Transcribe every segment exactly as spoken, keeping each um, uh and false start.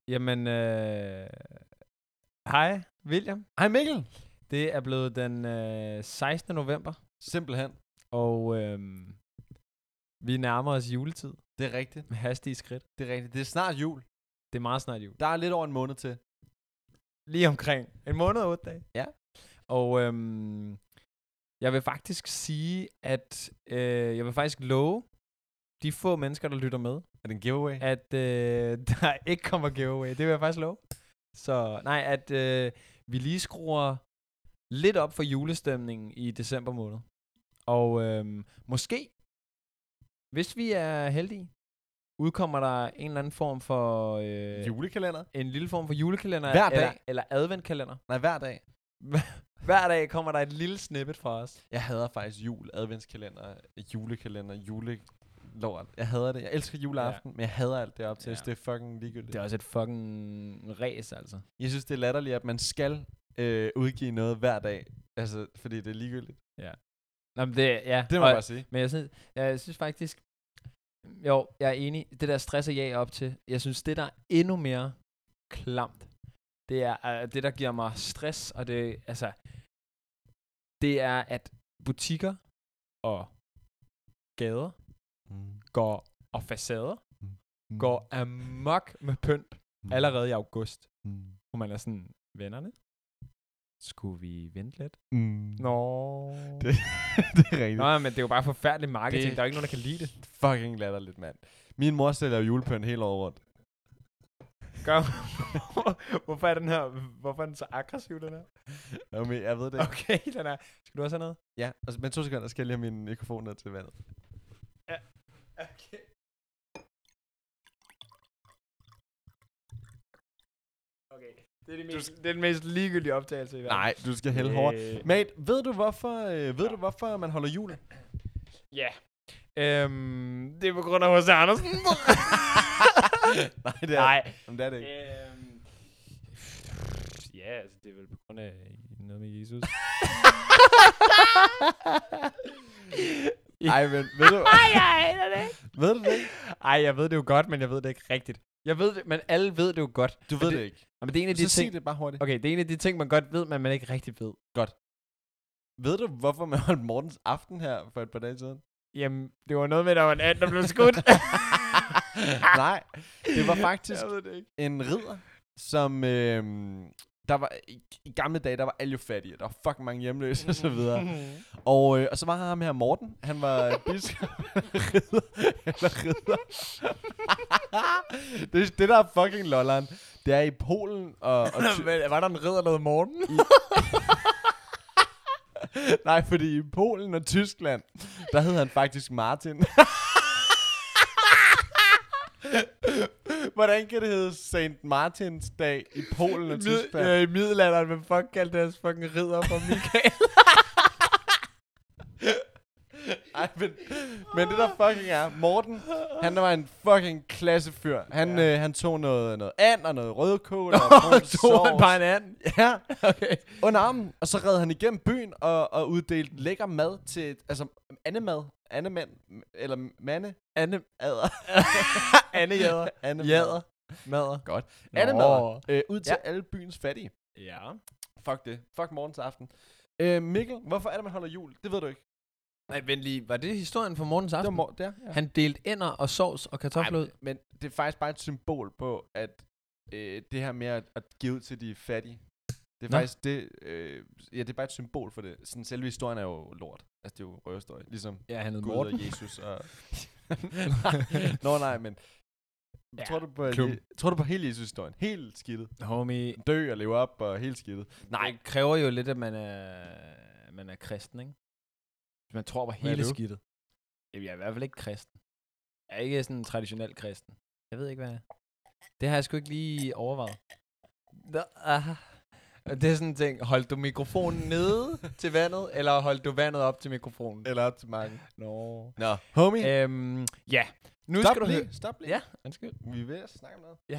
Jamen, øh... hej William. Hej Mikkel. Det er blevet den øh, sekstende november, Simpelthen. og øh, vi nærmer os juletid Det er rigtigt. med hastige skridt. Det er rigtigt. Det er snart jul. Det er meget snart jul. Der er lidt over en måned til. Lige omkring en måned og otte dage. Ja. Og øh, jeg vil faktisk sige, at øh, jeg vil faktisk love de få mennesker, der lytter med, Er det en giveaway? at øh, der ikke kommer giveaway. Det vil jeg faktisk love. Så nej, at øh, vi lige skruer lidt op for julestemningen i december måned. Og øh, måske, hvis vi er heldige, udkommer der en eller anden form for... Øh, Julekalender? en lille form for julekalender. Hver dag? Eller, eller adventkalender. Nej, hver dag. Hver dag kommer der et lille snippet fra os. Jeg hader faktisk jul, adventskalender, julekalender, julelort. Jeg hader det. Jeg elsker juleaften, ja. Men jeg hader alt det op til. Ja. Det er fucking ligegyldigt. Det er også et fucking ræs, altså. Jeg synes, det er latterligt, at man skal øh, udgive noget hver dag. Altså, fordi det er ligegyldigt. Ja. Nå, men det, ja. Det må og, jeg bare sige. Men jeg synes, jeg synes faktisk... Jo, jeg er enig. Det der stress og jag op til. Jeg synes, det der er endnu mere klamt, det er uh, det, der giver mig stress, og det, altså... Det er, at butikker og gader Mm. går, og facader Mm. går amok med pynt Mm. allerede i august. Mm. Hvor man er sådan, vennerne, skulle vi vente lidt? Mm. Nå. Det, det er rigtigt. Nå, men det er jo bare forfærdelig marketing. Det- Der er jo ikke nogen, der kan lide det. Fucking latterligt, mand. Min mor sælger jo julepynt hele året rundt. Gør. Hvorfor er den her, hvorfor er den så aggressiv, den her? Okay, jeg ved det ikke. Okay, den er. Skal du også have noget? Ja, altså, men to sekunder skal jeg lige have min mikrofon ned til vandet. Okay. Okay. Det er, det, mest, det er den mest ligegyldige optagelse i verden. Nej, du skal hælde hårdere. Øh, Mate, ved du hvorfor, øh, ved du hvorfor man holder jul? Ja. Øhm, det er på grund af H C Andersen. Nej, det er, Nej. Jamen, det er det ikke. Øhm, ja, altså det er vel på grund af noget med Jesus. Ej, men ved du... Ej, jeg aner det ikke. Ved du det ikke? Ej, jeg ved det jo godt, men jeg ved det ikke rigtigt. Jeg ved det, men alle ved det jo godt. Du Men ved det, det ikke. Men det er en af de Så sig ting... det bare hurtigt. Okay, det er en af de ting, man godt ved, men man ikke rigtig ved. Ved du, hvorfor man holdt Mortens aften her for et par dage siden? Jamen, det var noget med, at der var en and, der blev skudt. Nej, det var faktisk Jeg ved det ikke. en ridder, som... Øh, der var, i, I gamle dage, der var alle jo fattige. Der var fucking mange hjemløse og så videre. Og, øh, og så var ham her Morten. Han var biskop ridder. Eller ridder. det, det der er fucking lolleren, det er i Polen og... og ty- Men var der en ridder, der hed Morten? Nej, fordi i Polen og Tyskland, der hed han faktisk Martin. Hvordan kan det hedde Sankt Martins dag i Polen og Tyskland? Mid- øh, I middelalderen, men fuck kaldte deres fucking ridder for Michael. Ej, men, men det der fucking er, Morten, han var en fucking klassefyr. Han, Ja. øh, han tog noget, noget and og noget rødkål og Nå, brun tog han sovs. bare en and. Ja, Okay. under armen. Og så red han igennem byen og, og uddelte lækker mad til, altså andemad, andemand, eller mande, Anne. adder. Anne jader. Andemad. Jader. Mader. Godt. Nå. Andemad. Øh, ud til Ja. alle byens fattige. Ja. Fuck det. Fuck morgens aften. Øh, Mikkel, hvorfor er det, man holder jul? Det ved du ikke. Nej, vent lige. Var det historien for morgens Det var aften? mor- der, ja. Han delte ender og sovs og kartofler ud. Ej, men det er faktisk bare et symbol på, at øh, det her med at, at give ud til de fattige, det er Nå. faktisk det, øh, ja, det er bare et symbol for det. Sådan, selve historien er jo lort. Altså, det er jo røverhistorie. Ligesom Ja, han hed Gud Morten. og Jesus og... Nå nej, men... Ja, tror, du på, klum. Je- tror du på hele Jesus-historien? Helt skidtet. Homie. Dø og leve op og helt skidtet. Nej, det kræver jo lidt, at man er, man er kristen, ikke? Hvis man tror på Hvad er hele du? skidtet. Jamen, jeg er i hvert fald ikke kristen. Jeg er ikke sådan en traditionel kristen. Jeg ved ikke, hvad jeg er. Det har jeg sgu ikke lige overvejet. Nå, aha. Og det er sådan en ting. Hold du mikrofonen nede til vandet, eller hold du vandet op til mikrofonen? Eller op til marken. Nå. Nå, homie. Øhm, ja. Nu Stop skal du lige. høre. Stop lige. Ja, undskyld. Vi er ved at snakke om noget. Ja.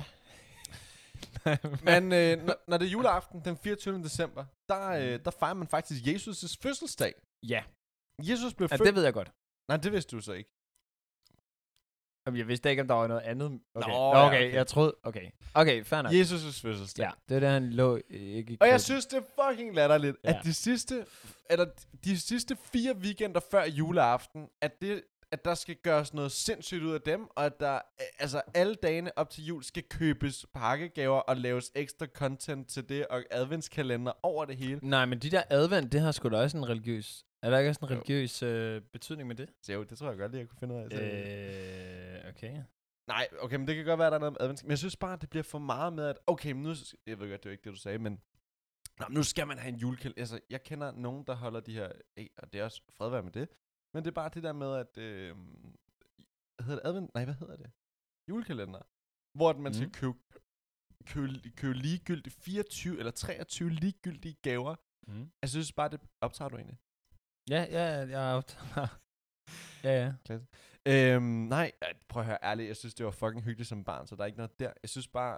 Men øh, når, når det er juleaften den fireogtyvende december, der, øh, der fejrer man faktisk Jesus' fødselsdag. Ja. Jesus blev ja, født... det ved jeg godt. Nej, det vidste du så ikke. Jamen, jeg vidste ikke, om der var noget andet. Okay, Nå, Nå, ja, okay, okay. jeg troede... Okay. Okay, fair nok. Jesus' fødselsdag. Ja, det er der, han lå ikke. Og jeg synes, det er fucking latterligt, Ja. at de sidste, eller de sidste fire weekender før juleaften, at det, at der skal gøres noget sindssygt ud af dem, og at der, altså alle dagene op til jul skal købes pakkegaver og laves ekstra content til det, og adventskalender over det hele. Nej, men de der advent, det har sgu da også en religiøs... Er der ikke også en Jo. religiøs øh, betydning med det? Så jo, det tror jeg godt lige, jeg kunne finde ud af. Så. Øh, okay. Nej, okay, men det kan godt være, at der er noget med advents. Men jeg synes bare, at det bliver for meget med, at okay, men nu... Jeg ved godt, det er jo ikke det, du sagde, men... Nå, nu skal man have en julekalender. Altså, jeg kender nogen, der holder de her... Eh, og det er også fred være med det. Men det er bare det der med, at... Øh, hvad hedder det? Advent? Nej, hvad hedder det? Julekalender. Hvor at man mm. skal købe, købe, købe ligegyldigt fireogtyve eller treogtyve ligegyldige gaver. Mm. Jeg synes bare, det optager du egentlig. Ja, ja, jeg er optaget. ja, ja. Øhm, nej, prøv at høre ærligt. Jeg synes, det var fucking hyggeligt som barn, så der er ikke noget der. Jeg synes bare...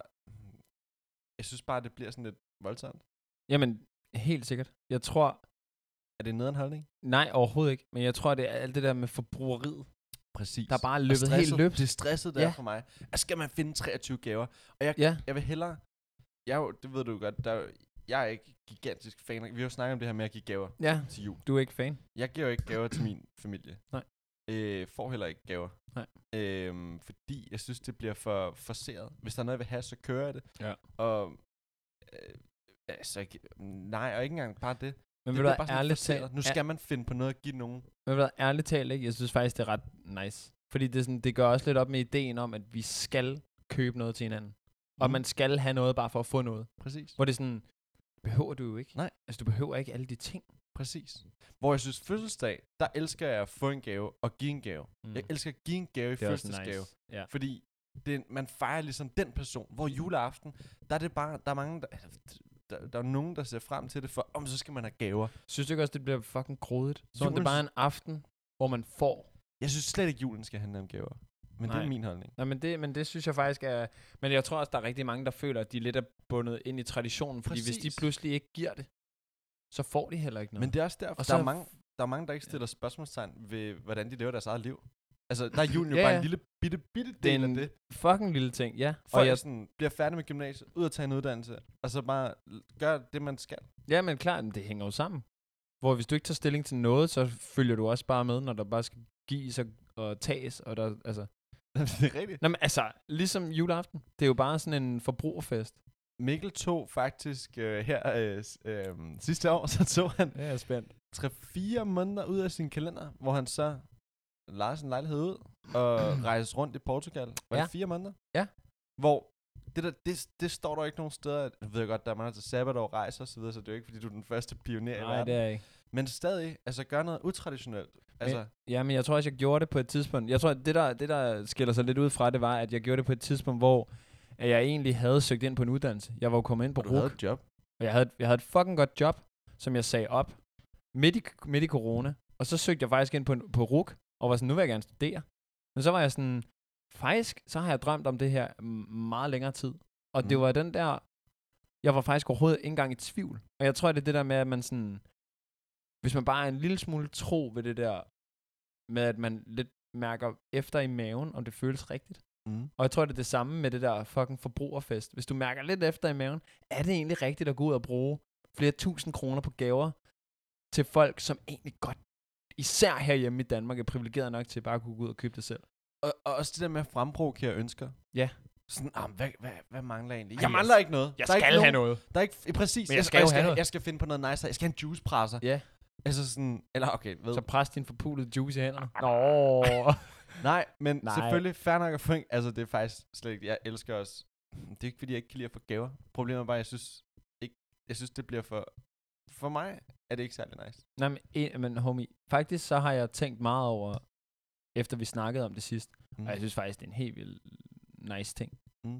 Jeg synes bare, det bliver sådan lidt voldsomt. Jamen, helt sikkert. Jeg tror... Er det en nederen holdning? Nej, overhovedet ikke. Men jeg tror, det er alt det der med forbrugeriet. Præcis. Der er bare løbet helt løbet. Det er stresset der ja. for mig. Altså, skal man finde treogtyve gaver? Og jeg, ja. jeg vil hellere... Jeg, er jo, det ved du godt. Der er jo, jeg er ikke gigantisk fan. Vi har jo snakket om det her med at give gaver ja. til jul. Du er ikke fan? Jeg giver jo ikke gaver til min familie. Nej. Øh, får heller ikke gaver. Nej. Øhm, fordi jeg synes, det bliver for forceret. Hvis der er noget, jeg vil have, så kører jeg det. Ja. Og... Øh, altså, ikke, nej, og ikke engang bare det. Men det vil du bare ærligt talt... Nu skal man finde på noget at give nogen. Men vil du ærligt talt ikke? Jeg synes faktisk, det er ret nice. Fordi det, er sådan, det gør også lidt op med ideen om, at vi skal købe noget til hinanden. Mm. Og man skal have noget bare for at få noget. Præcis. Hvor det er sådan, behøver du jo ikke. Nej. Altså, du behøver ikke alle de ting. Præcis. Hvor jeg synes, fødselsdag, der elsker jeg at få en gave og give en gave. Mm. Jeg elsker at give en gave i fødselsdagsgave. Nice. Ja. Fordi det, man fejrer ligesom den person. Hvor juleaften, der er det bare, der er mange, der, der, der er nogen, der ser frem til det, for om så skal man have gaver. Synes du ikke også, det bliver fucking grådigt? Så det er bare en aften, hvor man får. Jeg synes slet ikke, julen skal handle om gaver. Men Nej. Det er min holdning. Nej, men det, men det synes jeg faktisk er... Men jeg tror også, der er rigtig mange, der føler, at de lidt er bundet ind i traditionen. Fordi Præcis. Hvis de pludselig ikke giver det, så får de heller ikke noget. Men det er også derfor, der er, mange, der er mange, der ikke stiller spørgsmålstegn ved, hvordan de lever deres eget liv. Altså, der er julen jo ja, bare en lille bitte, bitte del det er af en det. Fucking lille ting, ja. Folk og jeg sådan, bliver færdig med gymnasiet, ud og tage en uddannelse, og så bare gør det, man skal. Ja, men klart, det hænger jo sammen. Hvor hvis du ikke tager stilling til noget, så følger du også bare med, når der bare skal gives og, og tages, og der, altså... det er rigtigt. Nå, men altså, ligesom juleaften, det er jo bare sådan en forbrugerfest. Mikkel tog faktisk øh, her øh, øh, sidste år, så tog han ja, jeg er spændt. tre-fire måneder ud af sin kalender, hvor han så lejede sin lejlighed ud og rejste rundt i Portugal. Var ja. det fire måneder? Ja. Hvor det, der, det, det står der ikke nogen steder. Jeg ved godt, der er mange til sabbatår rejser og så videre, så det er jo ikke, fordi du er den første pioner i verden. Nej, det er ikke. Men stadig, altså gør noget utraditionelt. Altså. Men, ja, men jeg tror også, jeg gjorde det på et tidspunkt. Jeg tror, at det der, det der skiller sig lidt ud fra, det var, at jeg gjorde det på et tidspunkt, hvor at jeg egentlig havde søgt ind på en uddannelse. Jeg var jo kommet ind på R U C. Du havde et job? Og jeg havde, jeg havde et fucking godt job, som jeg sagde op midt i, midt i corona. Og så søgte jeg faktisk ind på, en, på R U C, og var sådan, nu vil jeg gerne studere. Men så var jeg sådan, faktisk, så har jeg drømt om det her meget længere tid. Og mm. det var den der, jeg var faktisk overhovedet ikke engang i tvivl. Og jeg tror, det er det der med, at man sådan, hvis man bare er en lille smule tro ved det der, med at man lidt mærker efter i maven, om det føles rigtigt. Mm. Og jeg tror, det er det samme med det der fucking forbrugerfest. Hvis du mærker lidt efter i maven, er det egentlig rigtigt at gå ud og bruge flere tusind kroner på gaver til folk, som egentlig godt, især herhjemme i Danmark, er privilegeret nok til bare at kunne gå ud og købe det selv. Og, og også det der med at fremprovokere ønsker. Ja. Sådan, ah, hvad, hvad, hvad mangler jeg egentlig? Ej, jeg mangler jeg, ikke noget. Jeg der skal ikke have nogen, noget. Der er ikke, præcis. Men jeg, jeg, skal jeg, jo skal, have noget. jeg skal finde på noget nice. Jeg skal have en juicepresser. Ja. Altså sådan, eller okay, ved. Så pres din forpulede juice i hænderne. Nå. Nej, men Nej. selvfølgelig, fair nok at få en, altså det er faktisk slet ikke, jeg elsker også, det er ikke fordi, jeg ikke kan lide at få gaver. Problemet er bare, jeg synes ikke, jeg synes det bliver for, for mig er det ikke særlig nice. Nej, men, en, men homie, faktisk så har jeg tænkt meget over, efter vi snakkede om det sidst, mm. og jeg synes faktisk, det er en helt vildt nice ting. Mm.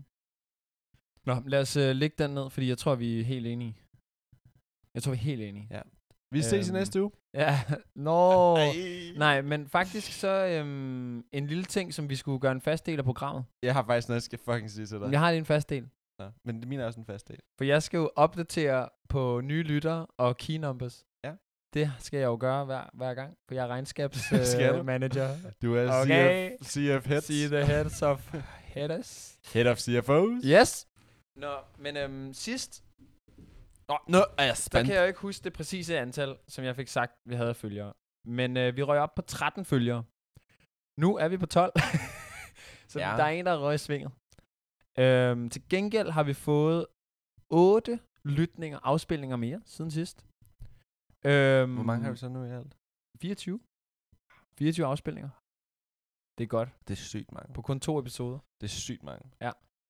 Nå, lad os uh, lægge den ned, fordi jeg tror, vi er helt enige. Jeg tror, vi er helt enige. Ja. Vi ses øhm, i næste uge. Ja, nå. Nej, men faktisk så øhm, en lille ting, som vi skulle gøre en fast del af programmet. Jeg har faktisk noget, jeg skal fucking sige til dig. Jeg har lige en fast del. Ja, men det min er også en fast del. For jeg skal jo opdatere på nye lyttere og key numbers. Ja. Det skal jeg jo gøre hver, hver gang, for jeg er regnskabsmanager. uh, du er okay. C F, C F heads. See the heads of headers. Head of C F Os. Yes. Nå, men øhm, sidst, Nå, nu er jeg der spændt. kan jeg jo ikke huske det præcise antal, som jeg fik sagt, vi havde af følgere. Men øh, vi røg op på tretten følgere. Nu er vi på tolv. Så Ja. der er en, der røg i svinget. Øhm, til gengæld har vi fået otte lytninger, afspilninger mere siden sidst. Øhm, Hvor mange har vi så nu i alt? fireogtyve. fireogtyve afspilninger. Det er godt. Det er sygt mange. På kun to episoder. Det er sygt mange. Ja.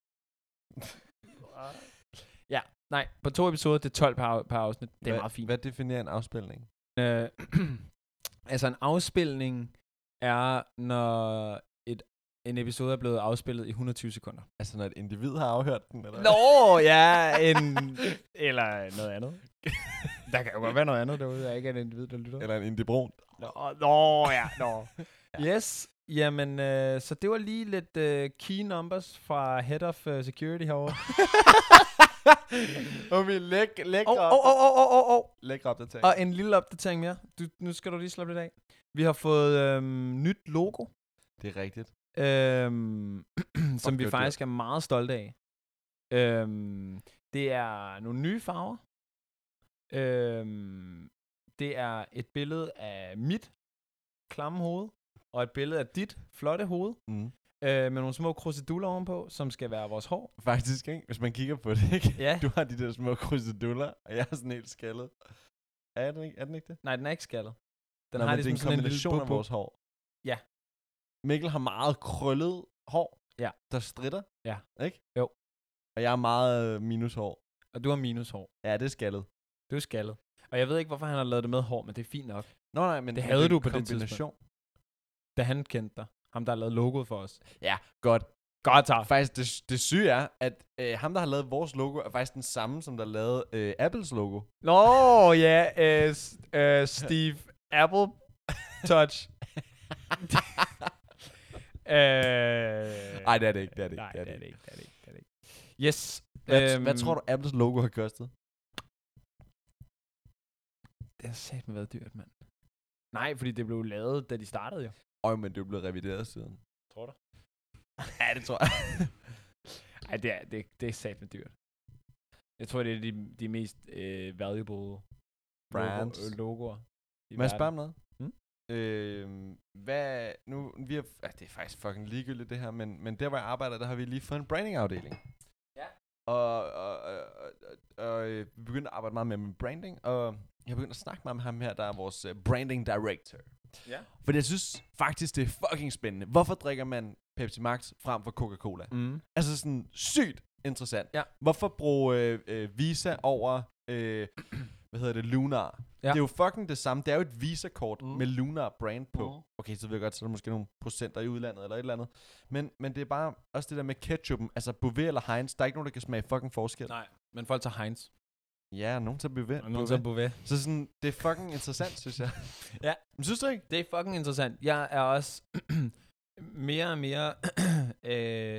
Ja, nej. På to episoder, det er tolv per, per afsnit. Det er hvad, meget fint. Hvad definerer en afspilning? Øh, altså en afspilning er, når et, en episode er blevet afspillet i et hundrede og tyve sekunder. Altså når et individ har afhørt den, eller? Nå, ja, en, eller noget andet. Der kan jo godt være noget andet derude, der ikke er en individ, der lytter. Eller en indibron. Nå, nå ja, nå. Yes, jamen, øh, så det var lige lidt øh, key numbers fra Head of uh, Security herovre. Homie, læk, læk Åh, åh, åh, åh, åh, åh. Læk opdatering. Og en lille opdatering mere. Du, nu skal du lige slappe lidt af. Vi har fået øhm, nyt logo, Det er rigtigt. øhm, som vi godt faktisk er meget stolte af. Øhm, det er nogle nye farver. Øhm, det er et billede af mit klamme hoved, og et billede af dit flotte hoved, Mm. øh, med nogle små kruseduller ovenpå, som skal være vores hår. Faktisk, ikke? Hvis man kigger på det, ikke? Ja. Du har de der små kruseduller, og jeg er sådan helt skaldet. Er den ikke, er den ikke det? Nej, den er ikke skaldet. Den Nå, har men det er ligesom en sådan en lille kombination af bub-bub. vores hår. Ja. Mikkel har meget krøllet hår, Ja. der stritter. Ja. Ikke? Jo. Og jeg er meget minushår. Og du har minushår. Ja, det er skaldet. Du er skaldet. Og jeg ved ikke, hvorfor han har lavet det med hår, men det er fint nok. Nå nej, men Det men havde er du en på det kombination. Da han kendte dig. Ham, der har lavet logoet for os. Ja, godt. Godt, tak. Faktisk, det, det syge er, at øh, ham, der har lavet vores logo, er faktisk den samme, som der lavede øh, Apples logo. Nå, ja. Øh, s- øh, Steve Apple Touch. øh, Nej, det er det ikke. Det er det ikke. Nej, det er det det er ikke. det ikke. Det er det ikke. Det er det ikke. Yes. Hvad, øhm, hvad tror du, Apples logo har kostet? Det har satme været dyrt, mand. Nej, fordi det blev lavet, da de startede jo. Øj, men det er jo blevet revideret siden. Tror du? Ja, det tror jeg. Nej, det er, det, det er satme dyrt. Jeg tror, det er de, de mest øh, valuable Brands. Logo, øh, logoer. i Må jeg verden. spørge om noget? Hmm? Øh, hvad, nu, vi har, ah, det er faktisk fucking ligegyldigt det her, men, men der hvor jeg arbejder, der har vi lige fået en branding-afdeling. Ja. Og, og, og, og, og øh, vi begyndte at arbejde meget mere med branding, og jeg begyndte at snakke meget med ham her, der er vores uh, branding director. Ja. Fordi jeg synes faktisk, det er fucking spændende. Hvorfor drikker man Pepsi Max frem for Coca-Cola? Mm. Altså sådan sygt interessant. Ja. Hvorfor bruge øh, øh, Visa over, øh, hvad hedder det, Lunar? Ja. Det er jo fucking det samme. Det er jo et Visa-kort Mm. med Lunar brand på. Mm. Okay, så ved jeg godt, så er der måske nogle procenter i udlandet eller et eller andet. Men, men det er bare også det der med ketchupen. Altså Bouvet eller Heinz, der er ikke nogen, der kan smage fucking forskel. Nej, men folk tager Heinz. Ja, nogen tager Bouvet. Og nogen tager Bouvet. Så sådan, det er fucking interessant, synes jeg. Ja. Men synes du ikke? Det er fucking interessant. Jeg er også mere og mere øh,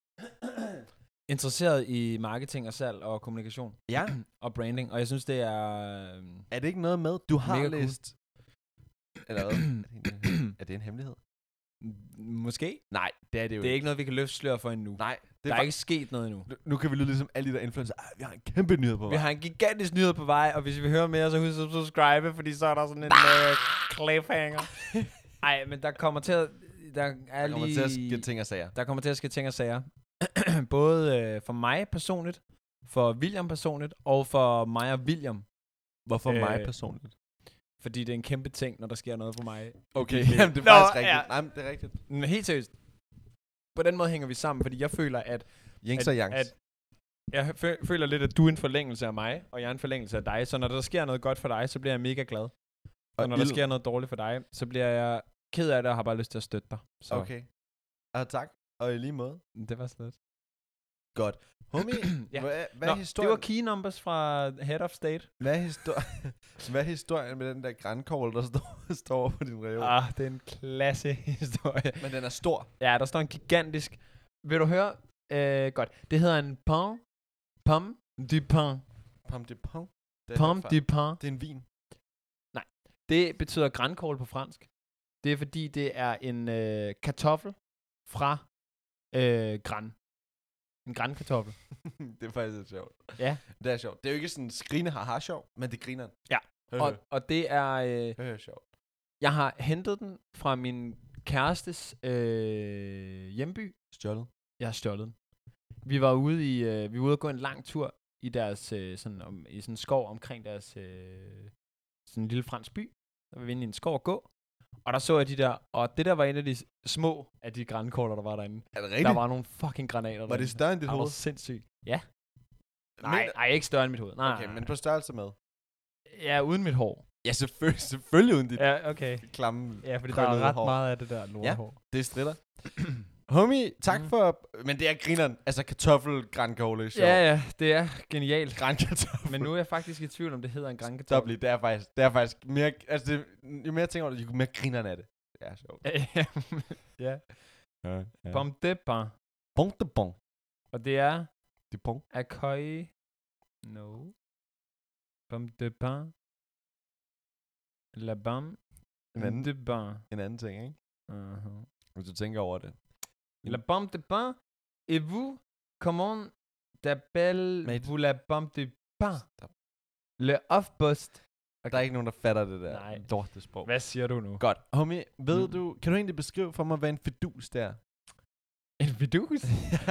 interesseret i marketing og salg og kommunikation. Ja. Og branding. Og jeg synes, det er... Øh, Er det ikke noget med, du har Mega cool. læst... Eller hvad? Er det en- er det en hemmelighed? måske. Nej, det er det jo Det er ikke noget, vi kan løfte slør for endnu. Nej, det Der er er ikke sket noget endnu. Nu, nu kan vi lyde ligesom alle de der influencer. Ah, vi har en kæmpe nyhed på Vi vej. har en gigantisk nyhed på vej, og hvis I vil høre mere, så husk at subscribe, fordi så er der sådan en uh, cliffhanger. Ej, men der kommer til at... Der, er Der kommer lige, til at ske ting og sager. Der kommer til at ske ting og sager. Både øh, for mig personligt, for William personligt, og for mig og William. Hvorfor Øh, mig personligt? Fordi det er en kæmpe ting, når der sker noget for mig. Okay, det- jamen, det er Nå, faktisk rigtigt. ja. Nej, men det er rigtigt. Men helt seriøst. På den måde hænger vi sammen, fordi jeg føler, at... Jinx at, og Janks. at jeg fø- føler lidt, at du er en forlængelse af mig, og jeg er en forlængelse af dig. Så når der sker noget godt for dig, så bliver jeg mega glad. Og, Og når der ild. sker noget dårligt for dig, så bliver jeg ked af det, og har bare lyst til at støtte dig. Så Okay. Og tak. Og i lige måde. det var slet. Godt. Homie, Ja. hvad, hvad, Nå, er det historien, var key numbers fra Head of State. hvad, er histori- hvad er historien med den der grænkogl, der står, står på din reol? Ah, det er en klasse historie. Men den er stor. Ja, der står en gigantisk... Vil du høre? Øh, godt. Det hedder en pain. Pomme du pain. Pomme de pain. Det er Pomme derfor- du pain. Det er en vin. Det betyder grankål på fransk. Det er fordi, det er en øh, kartoffel fra øh, gran. En grænkartoffel. Det er faktisk lidt sjovt. Ja. Det er sjovt. Det er jo ikke sådan skrine haha sjov, men det griner. Ja. Og, og det er... Øh, Det er sjovt. jeg har hentet den fra min kærestes øh, hjemby. Stjålet. Jeg har stjålet den. Vi var ude i... Øh, vi var ude at gå en lang tur i deres... Øh, sådan, om, i sådan en skov omkring deres... Øh, sådan en lille fransk by. Der var vi inde i en skov at gå. Og der så jeg de der... Og det der var en af de små af de grankorter, der var derinde. Er det rigtigt? Der var nogle fucking granater Var derinde. det større end dit Det var hoved? sindssygt. Ja. Men- Nej, nej, ikke større end mit hoved. Nej, Okay, nej, men nej. på størrelse med. Ja, uden mit hår. Ja, selvfølgelig, selvfølgelig uden dit Ja, okay. klamme. Ja, fordi der er krøllede ret hår. meget af det der lortehår. Det stritter. Homie, tak Mm. for... Men det er grineren. Altså kartoffelgrankåle sjov. Ja, ja, det er genialt. Grankartoffel. Men nu er jeg faktisk i tvivl, om det hedder en Stop grænkartoffel. lige. Det er faktisk, det er faktisk mere... Altså, det, jo mere jeg tænker over det, jo mere grineren er det. Det er sjovt. ja. Ja, ja. Pomme de pain. Bon de bon. Og det er De bon. accueil. No. Pomme de pain. La bam. En anden, de pain. en anden ting, ikke? Uh-huh. Hvis du tænker over det. La pomme de pain. Et vous, comment t'appelles Mate. vous la pomme de pain? Stop. Le off-bust. Okay. Der er ikke nogen, der fatter det der Nej. lortesprog. Hvad siger du nu? Godt. Homie, ved Mm. du... Kan du egentlig beskrive for mig, hvad en fidus der? En fidus? Ja.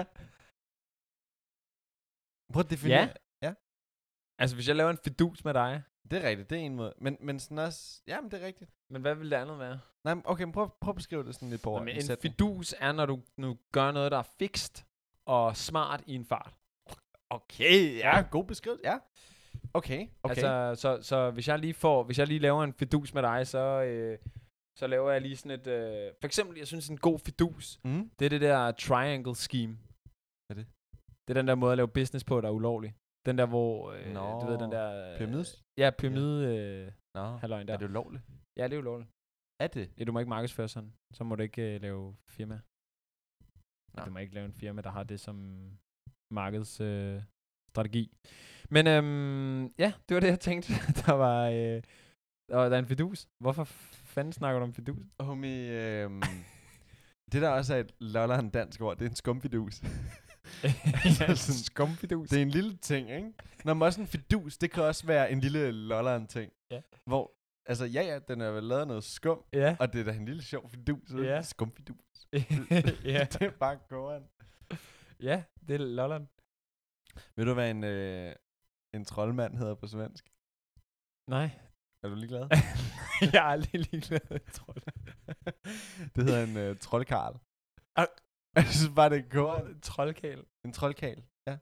Prøv at definere. Ja. Ja. Altså, hvis jeg laver en fidus med dig. Det er rigtigt, det er en måde. Men, men sådan også... Jamen, det er rigtigt. Men hvad vil det andet være? Nej, men okay, men prøv, prøv at beskrive det sådan lidt på Nå, ord. men i en sætning. fidus er, når du nu gør noget, der er fikst og smart i en fart. Okay, ja, god beskrivelse. Ja. Okay, okay. Altså, så, så hvis jeg lige får, hvis jeg lige laver en fidus med dig, så, øh, så laver jeg lige sådan et, øh, for eksempel, jeg synes en god fidus, mm. det er det der triangle scheme. Hvad er det? Det er den der måde at lave business på, der er ulovlig. Den der, hvor, øh, Nå, du ved, den der... Øh, pyramides? Ja, pyramide, øh, Nå, halløjen der. er det ulovligt? Ja, det er ulovligt. Er det? Ja, du må ikke markedsføre sådan. Så må du ikke øh, lave firma. Nå. Du må ikke lave en firma, der har det som markedsstrategi. Øh, strategi. Men øhm, ja, det var det, jeg tænkte. der var øh, der, var, der er en fidus. Hvorfor fanden snakker du om fidus? Homie, øhm, det der også er et lolleren dansk ord, det er en skumfidus. ja, sådan- skumfidus. Det er en lille ting, ikke? Når man også en fidus, det kan også være en lille lolleren ting. Ja. Hvor, altså ja, ja, den er vel lavet af noget skum, Ja. og det er da en lille sjov fidus. Så Ja. Skumfidus. ja. Det er bare gården. ja, det er Lolland. Ved du, hvad en, øh, en troldmand hedder på svensk? Nej. Er du ligeglad? jeg er aldrig ligeglad, tror jeg. Det hedder en øh, troldkarl. Ah. Jeg synes bare, det er gården. Troldkæl. En troldkarl, ja.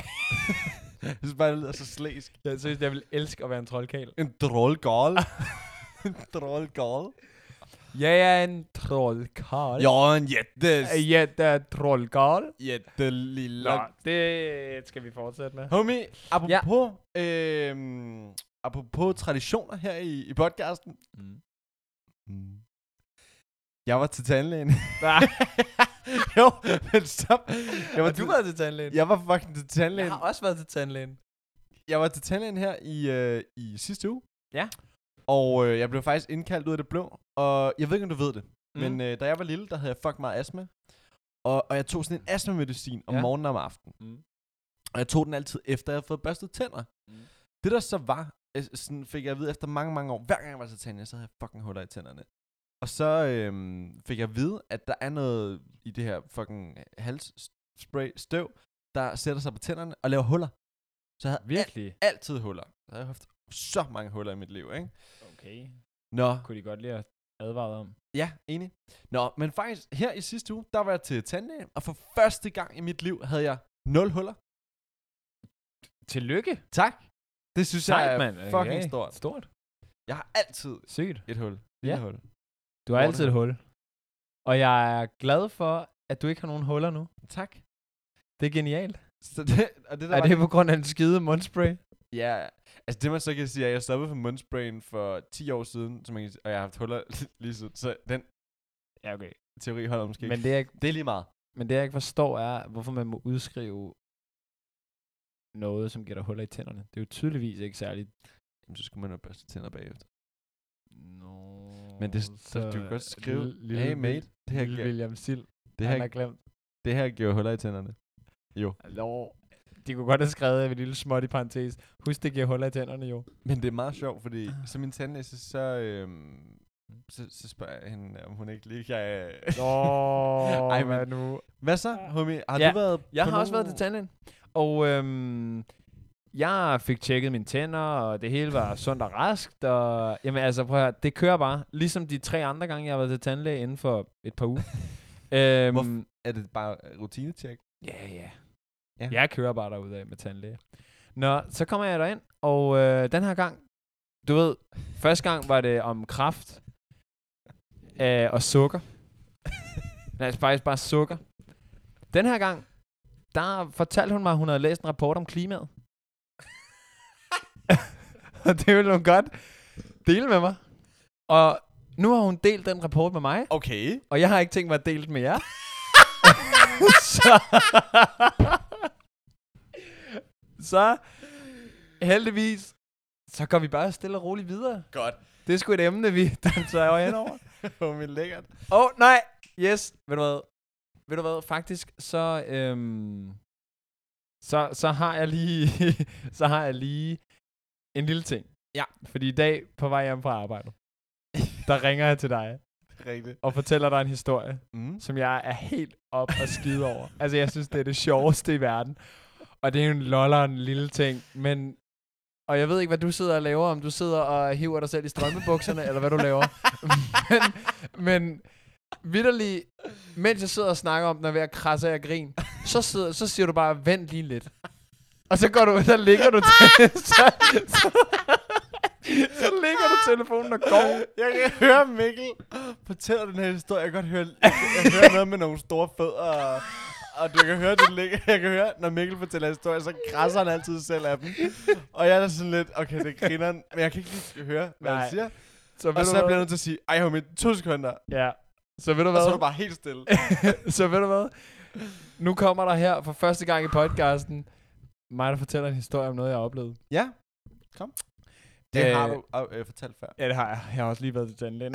Jeg synes bare, det lyder så slæsk. Jeg synes, jeg vil elske at være en troldkæl. En troldkarl. En troldkarl. Jeg er en troldkarl. Ja, en jättes... Jeg er troldkarl. Jättelilla... Nå, det skal vi fortsætte med. Homie, apropos, ja. øhm, apropos traditioner her i, i podcasten. Mm. Mm. Jeg var til tandlægen. Nej. Jo, men stop. Jeg var Har til, du været til tandlægen? jeg var fucking til tandlægen. Jeg har også været til tandlægen. Jeg var til tandlægen her i, øh, i sidste uge. Ja. Og øh, jeg blev faktisk indkaldt ud af det blå. Og jeg ved ikke, om du ved det. Mm. Men øh, da jeg var lille, der havde jeg fucking meget astma. Og, og jeg tog sådan en astma-medicin om Ja. morgenen og om aftenen. Mm. Og jeg tog den altid efter, jeg havde fået børstet tænder. Mm. Det der så var, øh, sådan fik jeg at vide efter mange, mange år, hver gang jeg var til tandlægen, så havde jeg fucking huller i tænderne. Og så øhm, fik jeg at vide, at der er noget i det her fucking halsspray støv, der sætter sig på tænderne og laver huller. Så jeg havde Virkelig? al- altid huller. Så jeg har haft så mange huller i mit liv, ikke? Okay. Nå, Kunne de godt lige have advaret om. ja, enig. Nå, men faktisk her i sidste uge, der var jeg til tandlægen, og for første gang i mit liv havde jeg nul huller. Tillykke. Tak. Det synes jeg Sejt, er mand. fucking Okay. stort. Stort. Jeg har altid Sygt. et hul. Lille Ja. hul. Du har Hvor er altid det et hul. Og jeg er glad for, at du ikke har nogen huller nu. Tak. Det er genialt. Så det, og det der Er var det på grund af en skide mundspray? Ja, altså det man så kan sige, er, at jeg stoppede for mundsprayen for ti år siden, så man kan sige, og jeg har haft huller lige siden, så den Ja, okay. teori holder måske Men ikke. det, jeg, Det er lige meget. men det, jeg ikke forstår, er, hvorfor man må udskrive noget, som giver dig huller i tænderne. Det er jo tydeligvis ikke særligt. Jamen, så skulle man jo børste tænder bagefter. Nå, Men det, så, du kan godt skrive, lille, hey mate, det her, lille giver, William Sild. det, Han har her, glemt. det her giver huller i tænderne. Jo. Nå, de kunne godt have skrevet af en lille småt i parentes. Husk, det giver huller i tænderne jo. Men det er meget sjovt, fordi så min tandlæge, så, så, øhm, så, så spørger jeg hende, om hun ikke lige kan... Nå, Ej, men- hvad nu? Hvad så, homie? Har Ja, du været Jeg på har også nogen- været til tandlægen. Og øhm, jeg fik tjekket mine tænder, og det hele var sundt og raskt. Og jamen altså, prøv at høre, det kører bare. Ligesom de tre andre gange, jeg har været til tandlæge inden for et par uger. øhm, Hvorfor? Er det bare rutinetjek? Ja, ja. Ja. Ja. Jeg kører bare derudad med tandlæge. Nå, så kommer jeg derind, og øh, den her gang, du ved, første gang var det om kræft øh, og sukker. Nej, faktisk bare sukker. Den her gang, der fortalte hun mig, at hun havde læst en rapport om klimaet. Og det ville hun godt dele med mig. Og nu har hun delt den rapport med mig, Okay. og jeg har ikke tænkt mig at dele den med jer. så, så heldigvis, så går vi bare stille og roligt videre. Godt. Det er sgu et emne, vi tager hen over. Homie, lækkert. Åh, oh, nej. Yes. Ved du hvad? Ved du hvad? Faktisk, så, øhm, så, så har jeg lige, så har jeg lige en lille ting. Ja. Fordi i dag, på vej hjem fra arbejde, der ringer jeg til dig Rigtigt. og fortæller dig en historie, Mm. som jeg er helt op og skide over. Altså, jeg synes, det er det sjoveste i verden. Og det er jo en loller, en lille ting, men... Og jeg ved ikke, hvad du sidder og laver, om du sidder og hiver dig selv i strømmebukserne, eller hvad du laver. men, men vitterligt, mens jeg sidder og snakker om den, og ved at krasse af grin, så, sidder, så siger du bare, vent lige lidt. Og så går du, så ligger du til, så, så, så ligger du telefonen og går. Jeg kan høre Mikkel fortælle den her historie. Jeg kan godt høre, jeg, jeg hører noget med nogle store fødder, og, og du kan høre, det ligger. Jeg kan høre, når Mikkel fortæller historier, så krasser han altid selv af dem. Og jeg er sådan lidt, okay, det griner, men jeg kan ikke lige høre, hvad Nej. han siger. Så Og så bliver jeg nødt til at sige, ej homie, to sekunder. Ja. Så ved du Og hvad? så er du bare helt stille. så ved du hvad? Nu kommer der her for første gang i podcasten mig, der fortæller en historie om noget, jeg har oplevet. Ja, kom. Det Øh, har du øh, fortalt før. Ja, det har jeg. Jeg har også lige været til tandlægen.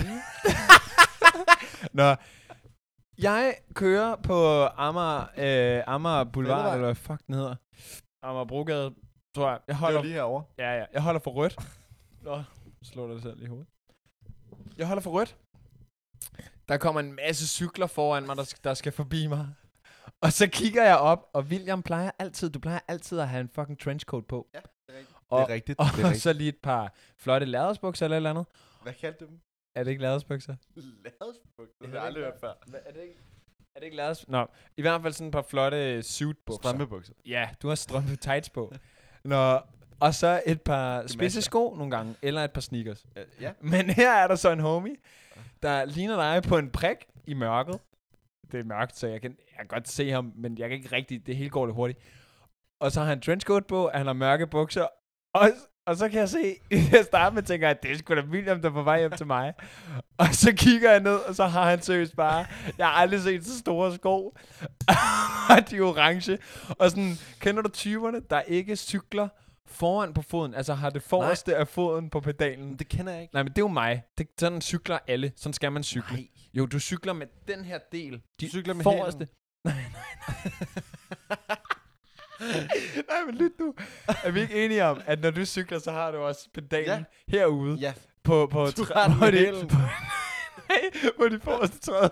Nå. Jeg kører på Amager, øh, Amager Boulevard, Fællevej. eller hvad fuck den hedder. Amager Brogade, tror jeg. Jeg Det holder, var lige herovre. ja, ja, jeg holder for rødt. Nå, slår dig selv i hovedet. Jeg holder for rødt. Der kommer en masse cykler foran mig, der skal, der skal forbi mig. Og så kigger jeg op, og William plejer altid, du plejer altid at have en fucking trenchcoat på. Ja, det er rigtigt. Og, det er rigtigt. og det er rigtigt. så lige et par flotte lærredsbukser eller et eller andet. Hvad kaldte du dem? Er det ikke lærredsbukser? Lærredsbukser. Det Det har jeg aldrig hørt før. Er det ikke, er det ikke lærreds... Nå, i hvert fald sådan et par flotte suitbukser. Strømpebukser. Ja, du har strømpe tights på. Nå, og så et par spidse sko nogle gange, eller et par sneakers. Øh, Ja. Men her er der så en homie, der ligner dig på en prik i mørket. Det er mørkt, så jeg kan, jeg kan godt se ham, men jeg kan ikke rigtig, det hele går lidt hurtigt. Og så har han trenchcoat på, han har mørke bukser, og, og så kan jeg se, jeg starter med at tænke, at det er sgu da William, der er på vej hjem til mig. Og så kigger jeg ned, og så har han seriøst bare, jeg har aldrig set så store sko, og de er orange. Og sådan, kender du typerne, der ikke cykler foran på foden, altså har det forreste Nej. af foden på pedalen? Det kender jeg ikke. Nej, men det er jo mig. Det, sådan cykler alle. Sådan skal man cykle. Nej. Jo, du cykler med den her del. Du cykler med forreste. Nej, nej, nej. nej, men lyt nu. Er vi ikke enige om, at når du cykler, så har du også pedalen Ja. herude Ja. på, på, Du træ- har den på, med de, hælen. på, nej, på de forreste træd.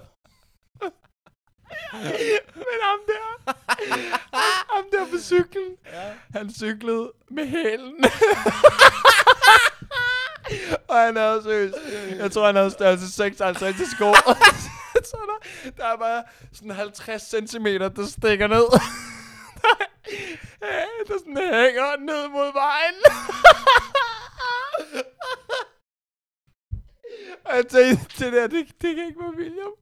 Men ham der, ham der på cyklen, Ja. han cyklede med hælen. Og han havde seriøst, jeg tror han havde størrelse seksoghalvtreds i sko. Så der, der er bare sådan halvtreds centimeter, der stikker ned. der, der sådan hænger ned mod vejen. Og jeg tænkte, det der, det, det kan ikke være William.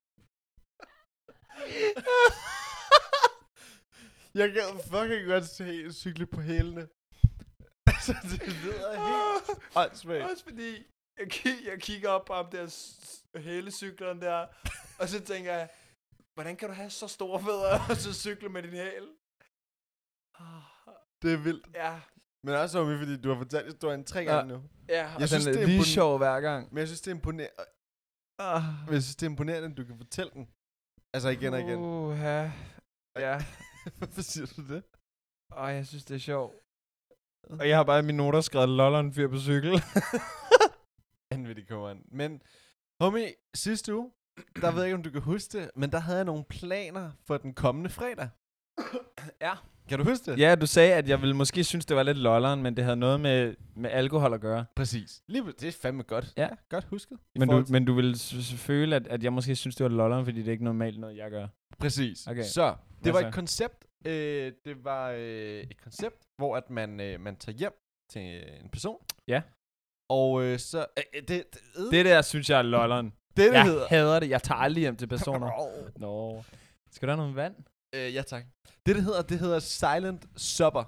Jeg kan fucking godt se cykle på hælene. Altså, det lyder helt åndssvagt. Også fordi, jeg, ki- jeg kigger op på ham der s- hælecykleren der, og så tænker jeg, hvordan kan du have så store fødder, og så cykle med din hæl? Det er vildt. Ja, Men også homie, fordi du har fortalt historien tre gange nu. ja, og Jeg synes, den det er er lige impon- sjov hver gang. Men jeg synes, det er imponerende. Ah. Jeg synes, det er imponerende, at du kan fortælle den. Altså igen og igen. Uha. Ja. Hvorfor siger du det? Åh, jeg synes, det er sjovt. Og jeg har bare i mine noter skrevet, loller en fyr på cykel. Vanvittig koren. Men, homie, sidste uge, der ved jeg ikke, om du kan huske det, men der havde jeg nogle planer for den kommende fredag. Ja. Kan du huske det? Ja, du sagde, at jeg ville måske synes, det var lidt lolleren, men det havde noget med, med alkohol at gøre. Præcis. Lige, det er fandme godt. Ja. Ja, godt husket. Men du, men du ville s- s- føle, at, at jeg måske synes, det var lolleren, fordi det er ikke normalt noget, jeg gør. Præcis. Okay. Så, det Hvad var så? et koncept. Øh, det var øh, et koncept, hvor at man, øh, man tager hjem til øh, en person. Ja. Og øh, så... Øh, det, det, øh, Det der, synes jeg er lolleren. det, det Jeg hedder... hader det. Jeg tager aldrig hjem til personer. Nå. Skal du have noget vand? Øh, ja, tak. Det, det hedder, det hedder silent supper.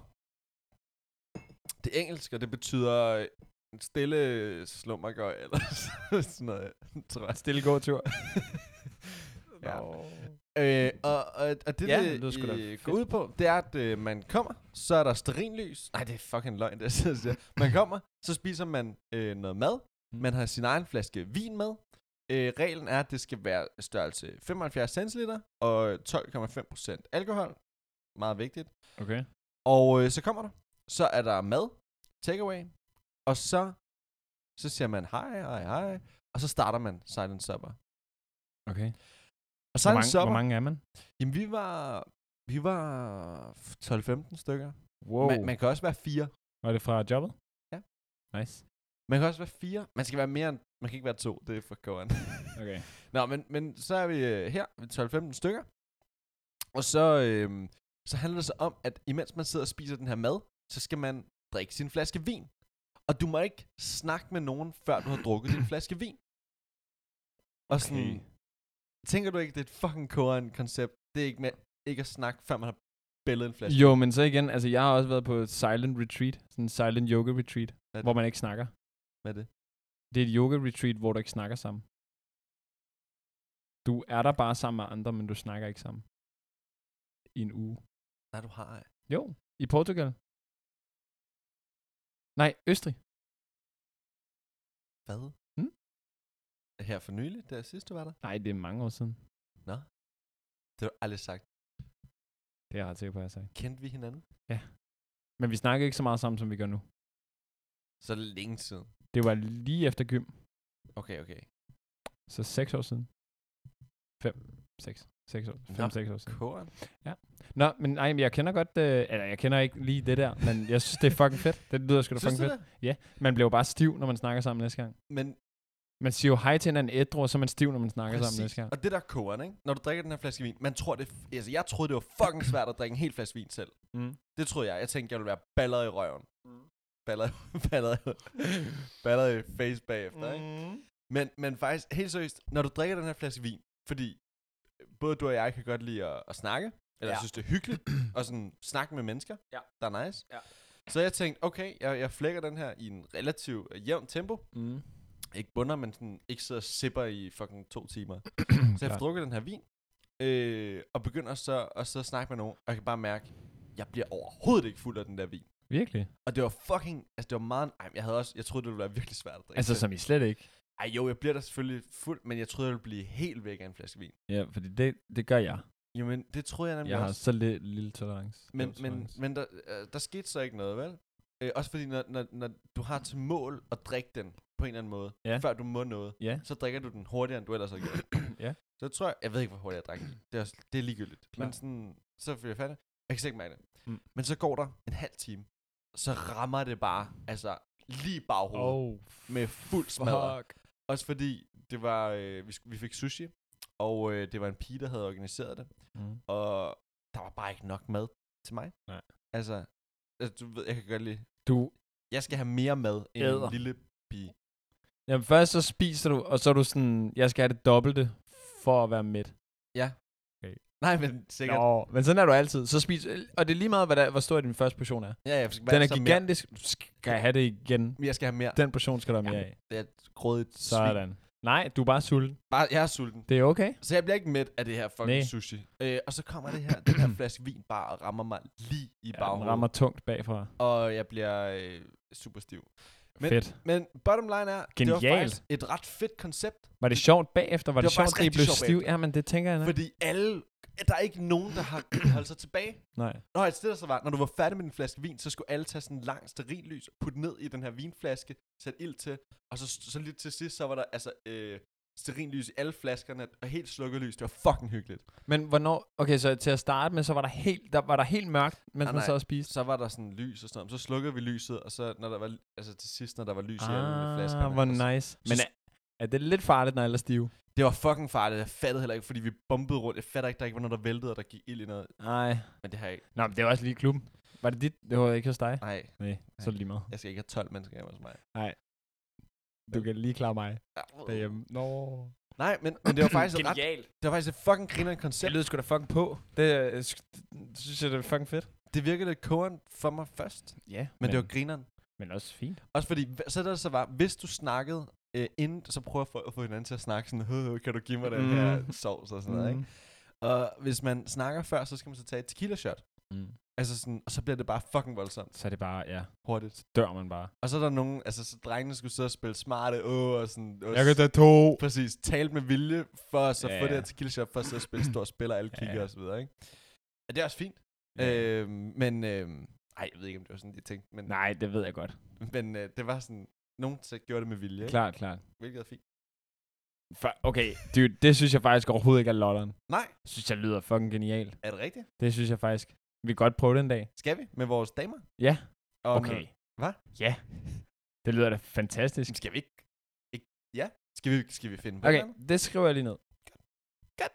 Det er engelsk, og det betyder øh, en stille slummergøj, eller sådan noget, tror jeg. Stille gåtur. Ja. Nå. Øh, og, og, og det, Ja, det, det lyder sgu da øh, fedt. går ud på, det er, at øh, man kommer, så er der stearinlys. Nej, det er fucking løgn, det jeg sidder og siger. Man kommer, så spiser man øh, noget mad. Mm. Man har sin egen flaske vin med. Øh, reglen er, at det skal være størrelse femoghalvfjerds centiliter og tolv komma fem procent alkohol. Meget vigtigt. Okay. Og øh, så kommer der. Så er der mad, takeaway, og så, så siger man hej, hej, hej, og så starter man silent supper. Okay. Og Hvor silent mange, supper, hvor mange er man? jamen vi var, vi var tolv femten stykker. Wow. Man, man kan også være fire. Var det fra jobbet? Ja. Nice. Man kan også være fire. Man skal være mere end, man kan ikke være to, det er for gården. Okay. Nå, men, men så er vi øh, her, vi tolv femten stykker. Og så, øh, så handler det så om, at imens man sidder og spiser den her mad, så skal man drikke sin flaske vin. Og du må ikke snakke med nogen, før du har drukket din flaske vin. Og sådan, tænker du ikke, det er et fucking koren koncept? Det er ikke med ikke at snakke, før man har bællet en flaske. Jo, men så igen, altså jeg har også været på et silent retreat, sådan en silent yoga retreat, Hvad hvor man ikke snakker. Hvad er det? Det er et yoga retreat, hvor du ikke snakker sammen. Du er der bare sammen med andre, men du snakker ikke sammen. I en uge. Nej, du har ej. Jo, i Portugal. Nej, Østrig. Hvad? Hmm? Her for nylig, der sidst du var der? Nej, det er mange år siden. Nå. Det har du aldrig sagt. Det er jeg ret sikker på, at jeg har sagt. Kendte vi hinanden? Men vi snakker ikke så meget sammen, som vi gør nu. Så er det længe siden. Det var lige efter gym. Okay, okay. Så seks år siden. Fem, seks. Seks år. Fem, Nå, seks år siden. Koren. Nå, men nej, men jeg kender godt, øh, eller jeg kender ikke lige det der, men jeg synes, det er fucking fedt. Det lyder sgu da Synes fucking du fedt. det? Ja, man bliver jo bare stiv, når man snakker sammen næste gang. Men Man siger jo hej til hinanden ædru, og så er man stiv, når man snakker sammen næste præcis. gang. Og det der er koren, ikke? Når du drikker den her flaske vin, man tror det, f- altså jeg troede det var fucking svært at drikke en hel flaske vin selv. Mm. Det troede jeg. Jeg tænkte, jeg ville være balleret i røven. Mm. Balleret, balleret, balleret i face bagefter, ikke? Mm. Men, men faktisk, helt seriøst, når du drikker den her flaske vin, fordi både du og jeg kan godt lide at, at snakke, eller Ja. jeg synes, det er hyggeligt, og sådan snakke med mennesker, Ja. der er nice. Ja. Så jeg tænkte, okay, jeg, jeg flækker den her i en relativt uh, jævn tempo. Mm. Ikke bunder, men sådan, ikke sidder og sipper i fucking to timer. Så jeg Klart. får drukket den her vin, øh, og begynder så at sidde og snakke med nogen, og jeg kan bare mærke, jeg bliver overhovedet ikke fuld af den der vin. Virkelig? Og det var fucking, altså det var meget, ej, jeg havde også, jeg troede, det ville være virkelig svært at drikke. Altså, selv. som I slet ikke? Ej jo, jeg bliver da selvfølgelig fuld, men jeg troede, jeg ville blive helt væk af en flaske vin. Ja, fordi det, det gør jeg. Jo, men det troede jeg nemlig Jeg har også. så lidt lille tolerance. Men, Lav men, tolerance. men der, øh, der skete så ikke noget, vel? Øh, også fordi, når, når, når du har til mål at drikke den på en eller anden måde, Ja. før du må noget, Ja. så drikker du den hurtigere, end du ellers har gjort. Ja. Så jeg tror jeg, jeg ved ikke, hvor hurtigt jeg drak den. Det er, også, det er ligegyldigt. Klar. Men sådan, så får jeg fat i det. Jeg kan slet ikke mærke det. Mm. Men så går der en halv time, så rammer det bare, altså lige i baghovedet, Oh, med fuld smadre. fuck. Også fordi, det var, øh, vi, sk- vi fik sushi, og øh, det var en pige, der havde organiseret det. Mm. Og der var bare ikke nok mad til mig. Nej. Altså, altså, du ved, jeg kan godt lide, Du, jeg skal have mere mad end Æder. en lille pige. jamen først så spiser du, og så er du sådan, jeg skal have det dobbelte for at være mæt. Ja. Okay. Nej, men sikkert. Nå, men sådan er du altid. Så spis, og det er lige meget, hvad der, hvor stor din første portion er. Ja, jeg skal Den er så gigantisk. Du skal have det igen. Mere. Jeg skal have mere. Den portion skal der mere Jamen, af. det er et grådigt svin. Sådan. Nej, du er bare sulten. Bare, jeg er sulten. Det er okay. Så jeg bliver ikke mæt af det her fucking Nej. sushi. Øh, og så kommer det her, den her flaske vin bare og rammer mig lige i Ja, den baghovedet. rammer tungt bagfra. Og jeg bliver øh, super stiv. Men, Fedt. Men bottom line er, det var Genialt. faktisk et ret fedt koncept. Var det sjovt bagefter? Var det, Det var sjovt, faktisk at I rigtig blev sjovt stiv? bagefter. Jamen, det tænker jeg nok. Fordi alle, der er ikke nogen, der har holdt sig tilbage. Nej. Nå, et sted der så var, når du var færdig med din flaske vin, så skulle alle tage sådan en lang stearinlys, putte ned i den her vinflaske, sætte ild til, og så, så lige til sidst, så var der altså øh, stearinlys i alle flaskerne, og helt slukket lys. Det var fucking hyggeligt. Men hvornår... Okay, så til at starte med, så var der helt, der, var der helt mørkt, mens Ah, man nej. sad og spiste? Så var der sådan lys og sådan noget. Så slukkede vi lyset, og så når der var, altså til sidst, når der var lys i Ah, alle flaskerne. hvor og så- nice. Men er, er det lidt farligt, når alle er stive? Det var fucking farligt. Jeg fattede heller ikke, fordi vi bombede rundt. Jeg fatter ikke, der ikke var noget, der væltede, og der gik ild i noget. Nej. Men det har jeg ikke. Nå, men det var også lige i klubben. Var det dit? Det var ikke hos dig? Nej, Nej, så er det lige meget. jeg skal ikke have tolv mennesker hjemme hos mig. Du kan lige klare mig derhjemme. Nå. Nej, men, men det var faktisk et ret, Genialt. det var faktisk et fucking grinerende Det koncept. lød sgu da fucking på. Det, øh, sk- det synes jeg, det er fucking fedt. Det virkede lidt kogeren for mig først, Ja, men, men, men det var grineren. men også fint. Også fordi, hva- så der så var, hvis du snakkede øh, inden, så prøver for at få hinanden til at snakke sådan, "Høh, kan du give mig den Mm. her sovs og sådan noget, ikke? Og hvis man snakker før, så skal man så tage et tequila shot. Mm. Altså sådan, og så bliver det bare fucking voldsomt Så er det bare, ja, hurtigt. så dør man bare. Og så er der nogen, altså så drengene skulle sidde og spille smarte, åh, og sådan. Og Jeg kan tage to. præcis, talt med vilje, for at så Ja, få det ja. her tequila shot, for at sidde og spille stor spiller, alle Ja, kigger ja. og så videre, ikke? Ja, det er også fint. Ja. Øhm, men, øhm, ej, jeg ved ikke, om det var sådan, de tænkte, men, Nej, det ved jeg godt. men øh, det var sådan, nogen der gjorde det med vilje, ikke? Klart, klart. Hvilket er fint. For, okay, dude, det synes jeg faktisk overhovedet ikke er lotteren. Nej, Synes jeg lyder fucking genialt. er det rigtigt? Det synes jeg faktisk. Vi kan godt prøve det en dag. Skal vi? Med vores damer? Ja. Og Okay. Når, hvad? Ja. Det lyder da fantastisk. Skal vi ikke? ikke ja? Skal vi, skal vi finde på Okay, noget? det skriver jeg lige ned. Godt.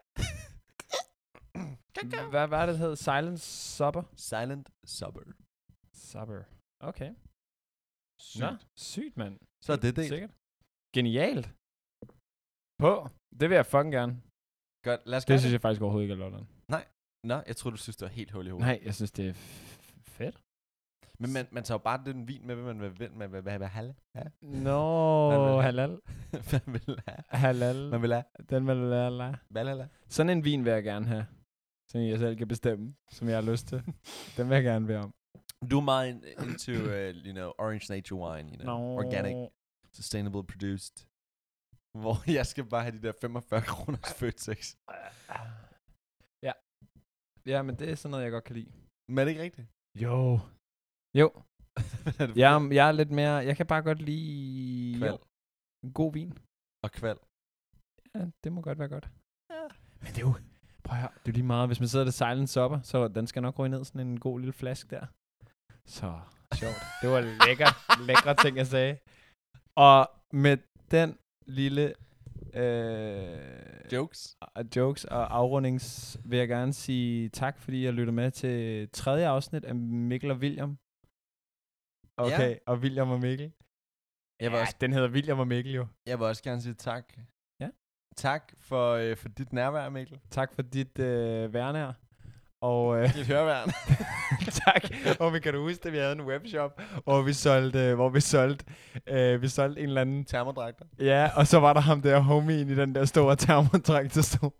Godt, godt. Hvad var det, det hed? Silent Supper? Silent Supper. Supper. Okay. Sygt. Nå, sygt, mand. Så er det det. Sikkert. Genialt. På. Det vil jeg fucking gerne. Godt, lad os gøre Det synes jeg faktisk overhovedet ikke er lotteren. Nå, jeg tror du synes, det var helt hul i hovedet. Nej, jeg synes, det er f- fedt. Men man, man tager jo bare den vin med, hvad man vil, med, hvad, hvad, hvad, halve? Ja. Nå, Man vil have- halal. man vil have. Halal. Man vil have. Den vil jeg lade. Valhalla. Sådan en vin vil jeg gerne have. Som jeg selv kan bestemme, som jeg har lyst til. Den vil jeg gerne være om. Du er meget in, into, uh, you know, orange nature wine, you know, Nå. organic, sustainable produced. Hvor jeg skal bare have de der femogfyrre kroners Føtex. Ja. Ja, men det er sådan noget, jeg godt kan lide. Men er det ikke rigtigt? Jo. Jo. Er det Jeg, er- jeg er lidt mere... Jeg kan bare godt lide... Kval. Jo, en god vin. Og kval. Ja, det må godt være godt. Ja. Men det er jo... Prøv at høre, det er jo lige meget. Hvis man sidder der Silent Supper, så den skal nok ryge ned sådan en god lille flaske der. Så sjovt. Det var lækkert. Lækre ting, jeg sagde. Og med den lille... Øh, Jokes. og jokes og afrundings vil jeg gerne sige tak, fordi jeg lytter med til tredje afsnit af Mikkel og William. Okay, ja. Og William og Mikkel. Jeg vil, Ja, også, den hedder William og Mikkel jo. jeg vil også gerne sige tak. Ja. Tak for, øh, for dit nærvær, Mikkel. Tak for dit øh, værnær. Og øh, Dit hørværn. tak. Og vi kan du huske, at vi havde en webshop, hvor vi solgte, hvor vi solgte, øh, vi solgte en eller anden. Termodragter. Ja, og så var der ham der homien i den der store termodragt, der stod.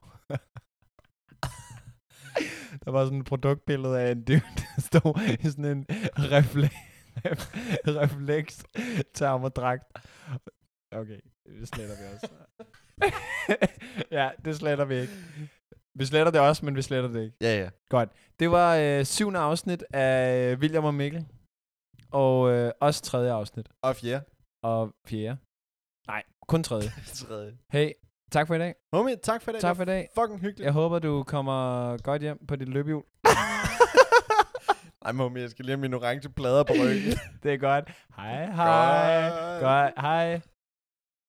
Der var sådan et produktbillede af en dude, der stod i sådan en refleks, refleks termodragt. Okay, det sletter vi også. Ja, det sletter vi ikke. Vi sletter det også, men vi sletter det ikke. Ja, ja. Godt. Det var øh, syvende afsnit af William og Mikkel. Og øh, også tredje afsnit. Og fjerde. Og fjerde. Nej, kun tredje. Tredje. Hey, tak for i dag. Homie, tak for det. Tak for i dag. Fucking hyggeligt. Jeg håber, du kommer godt hjem på dit løbehjul. Ej, homie, jeg skal lige have mine orange plader på ryggen. Det er godt. Hej, hej. Godt. Godt. Hej.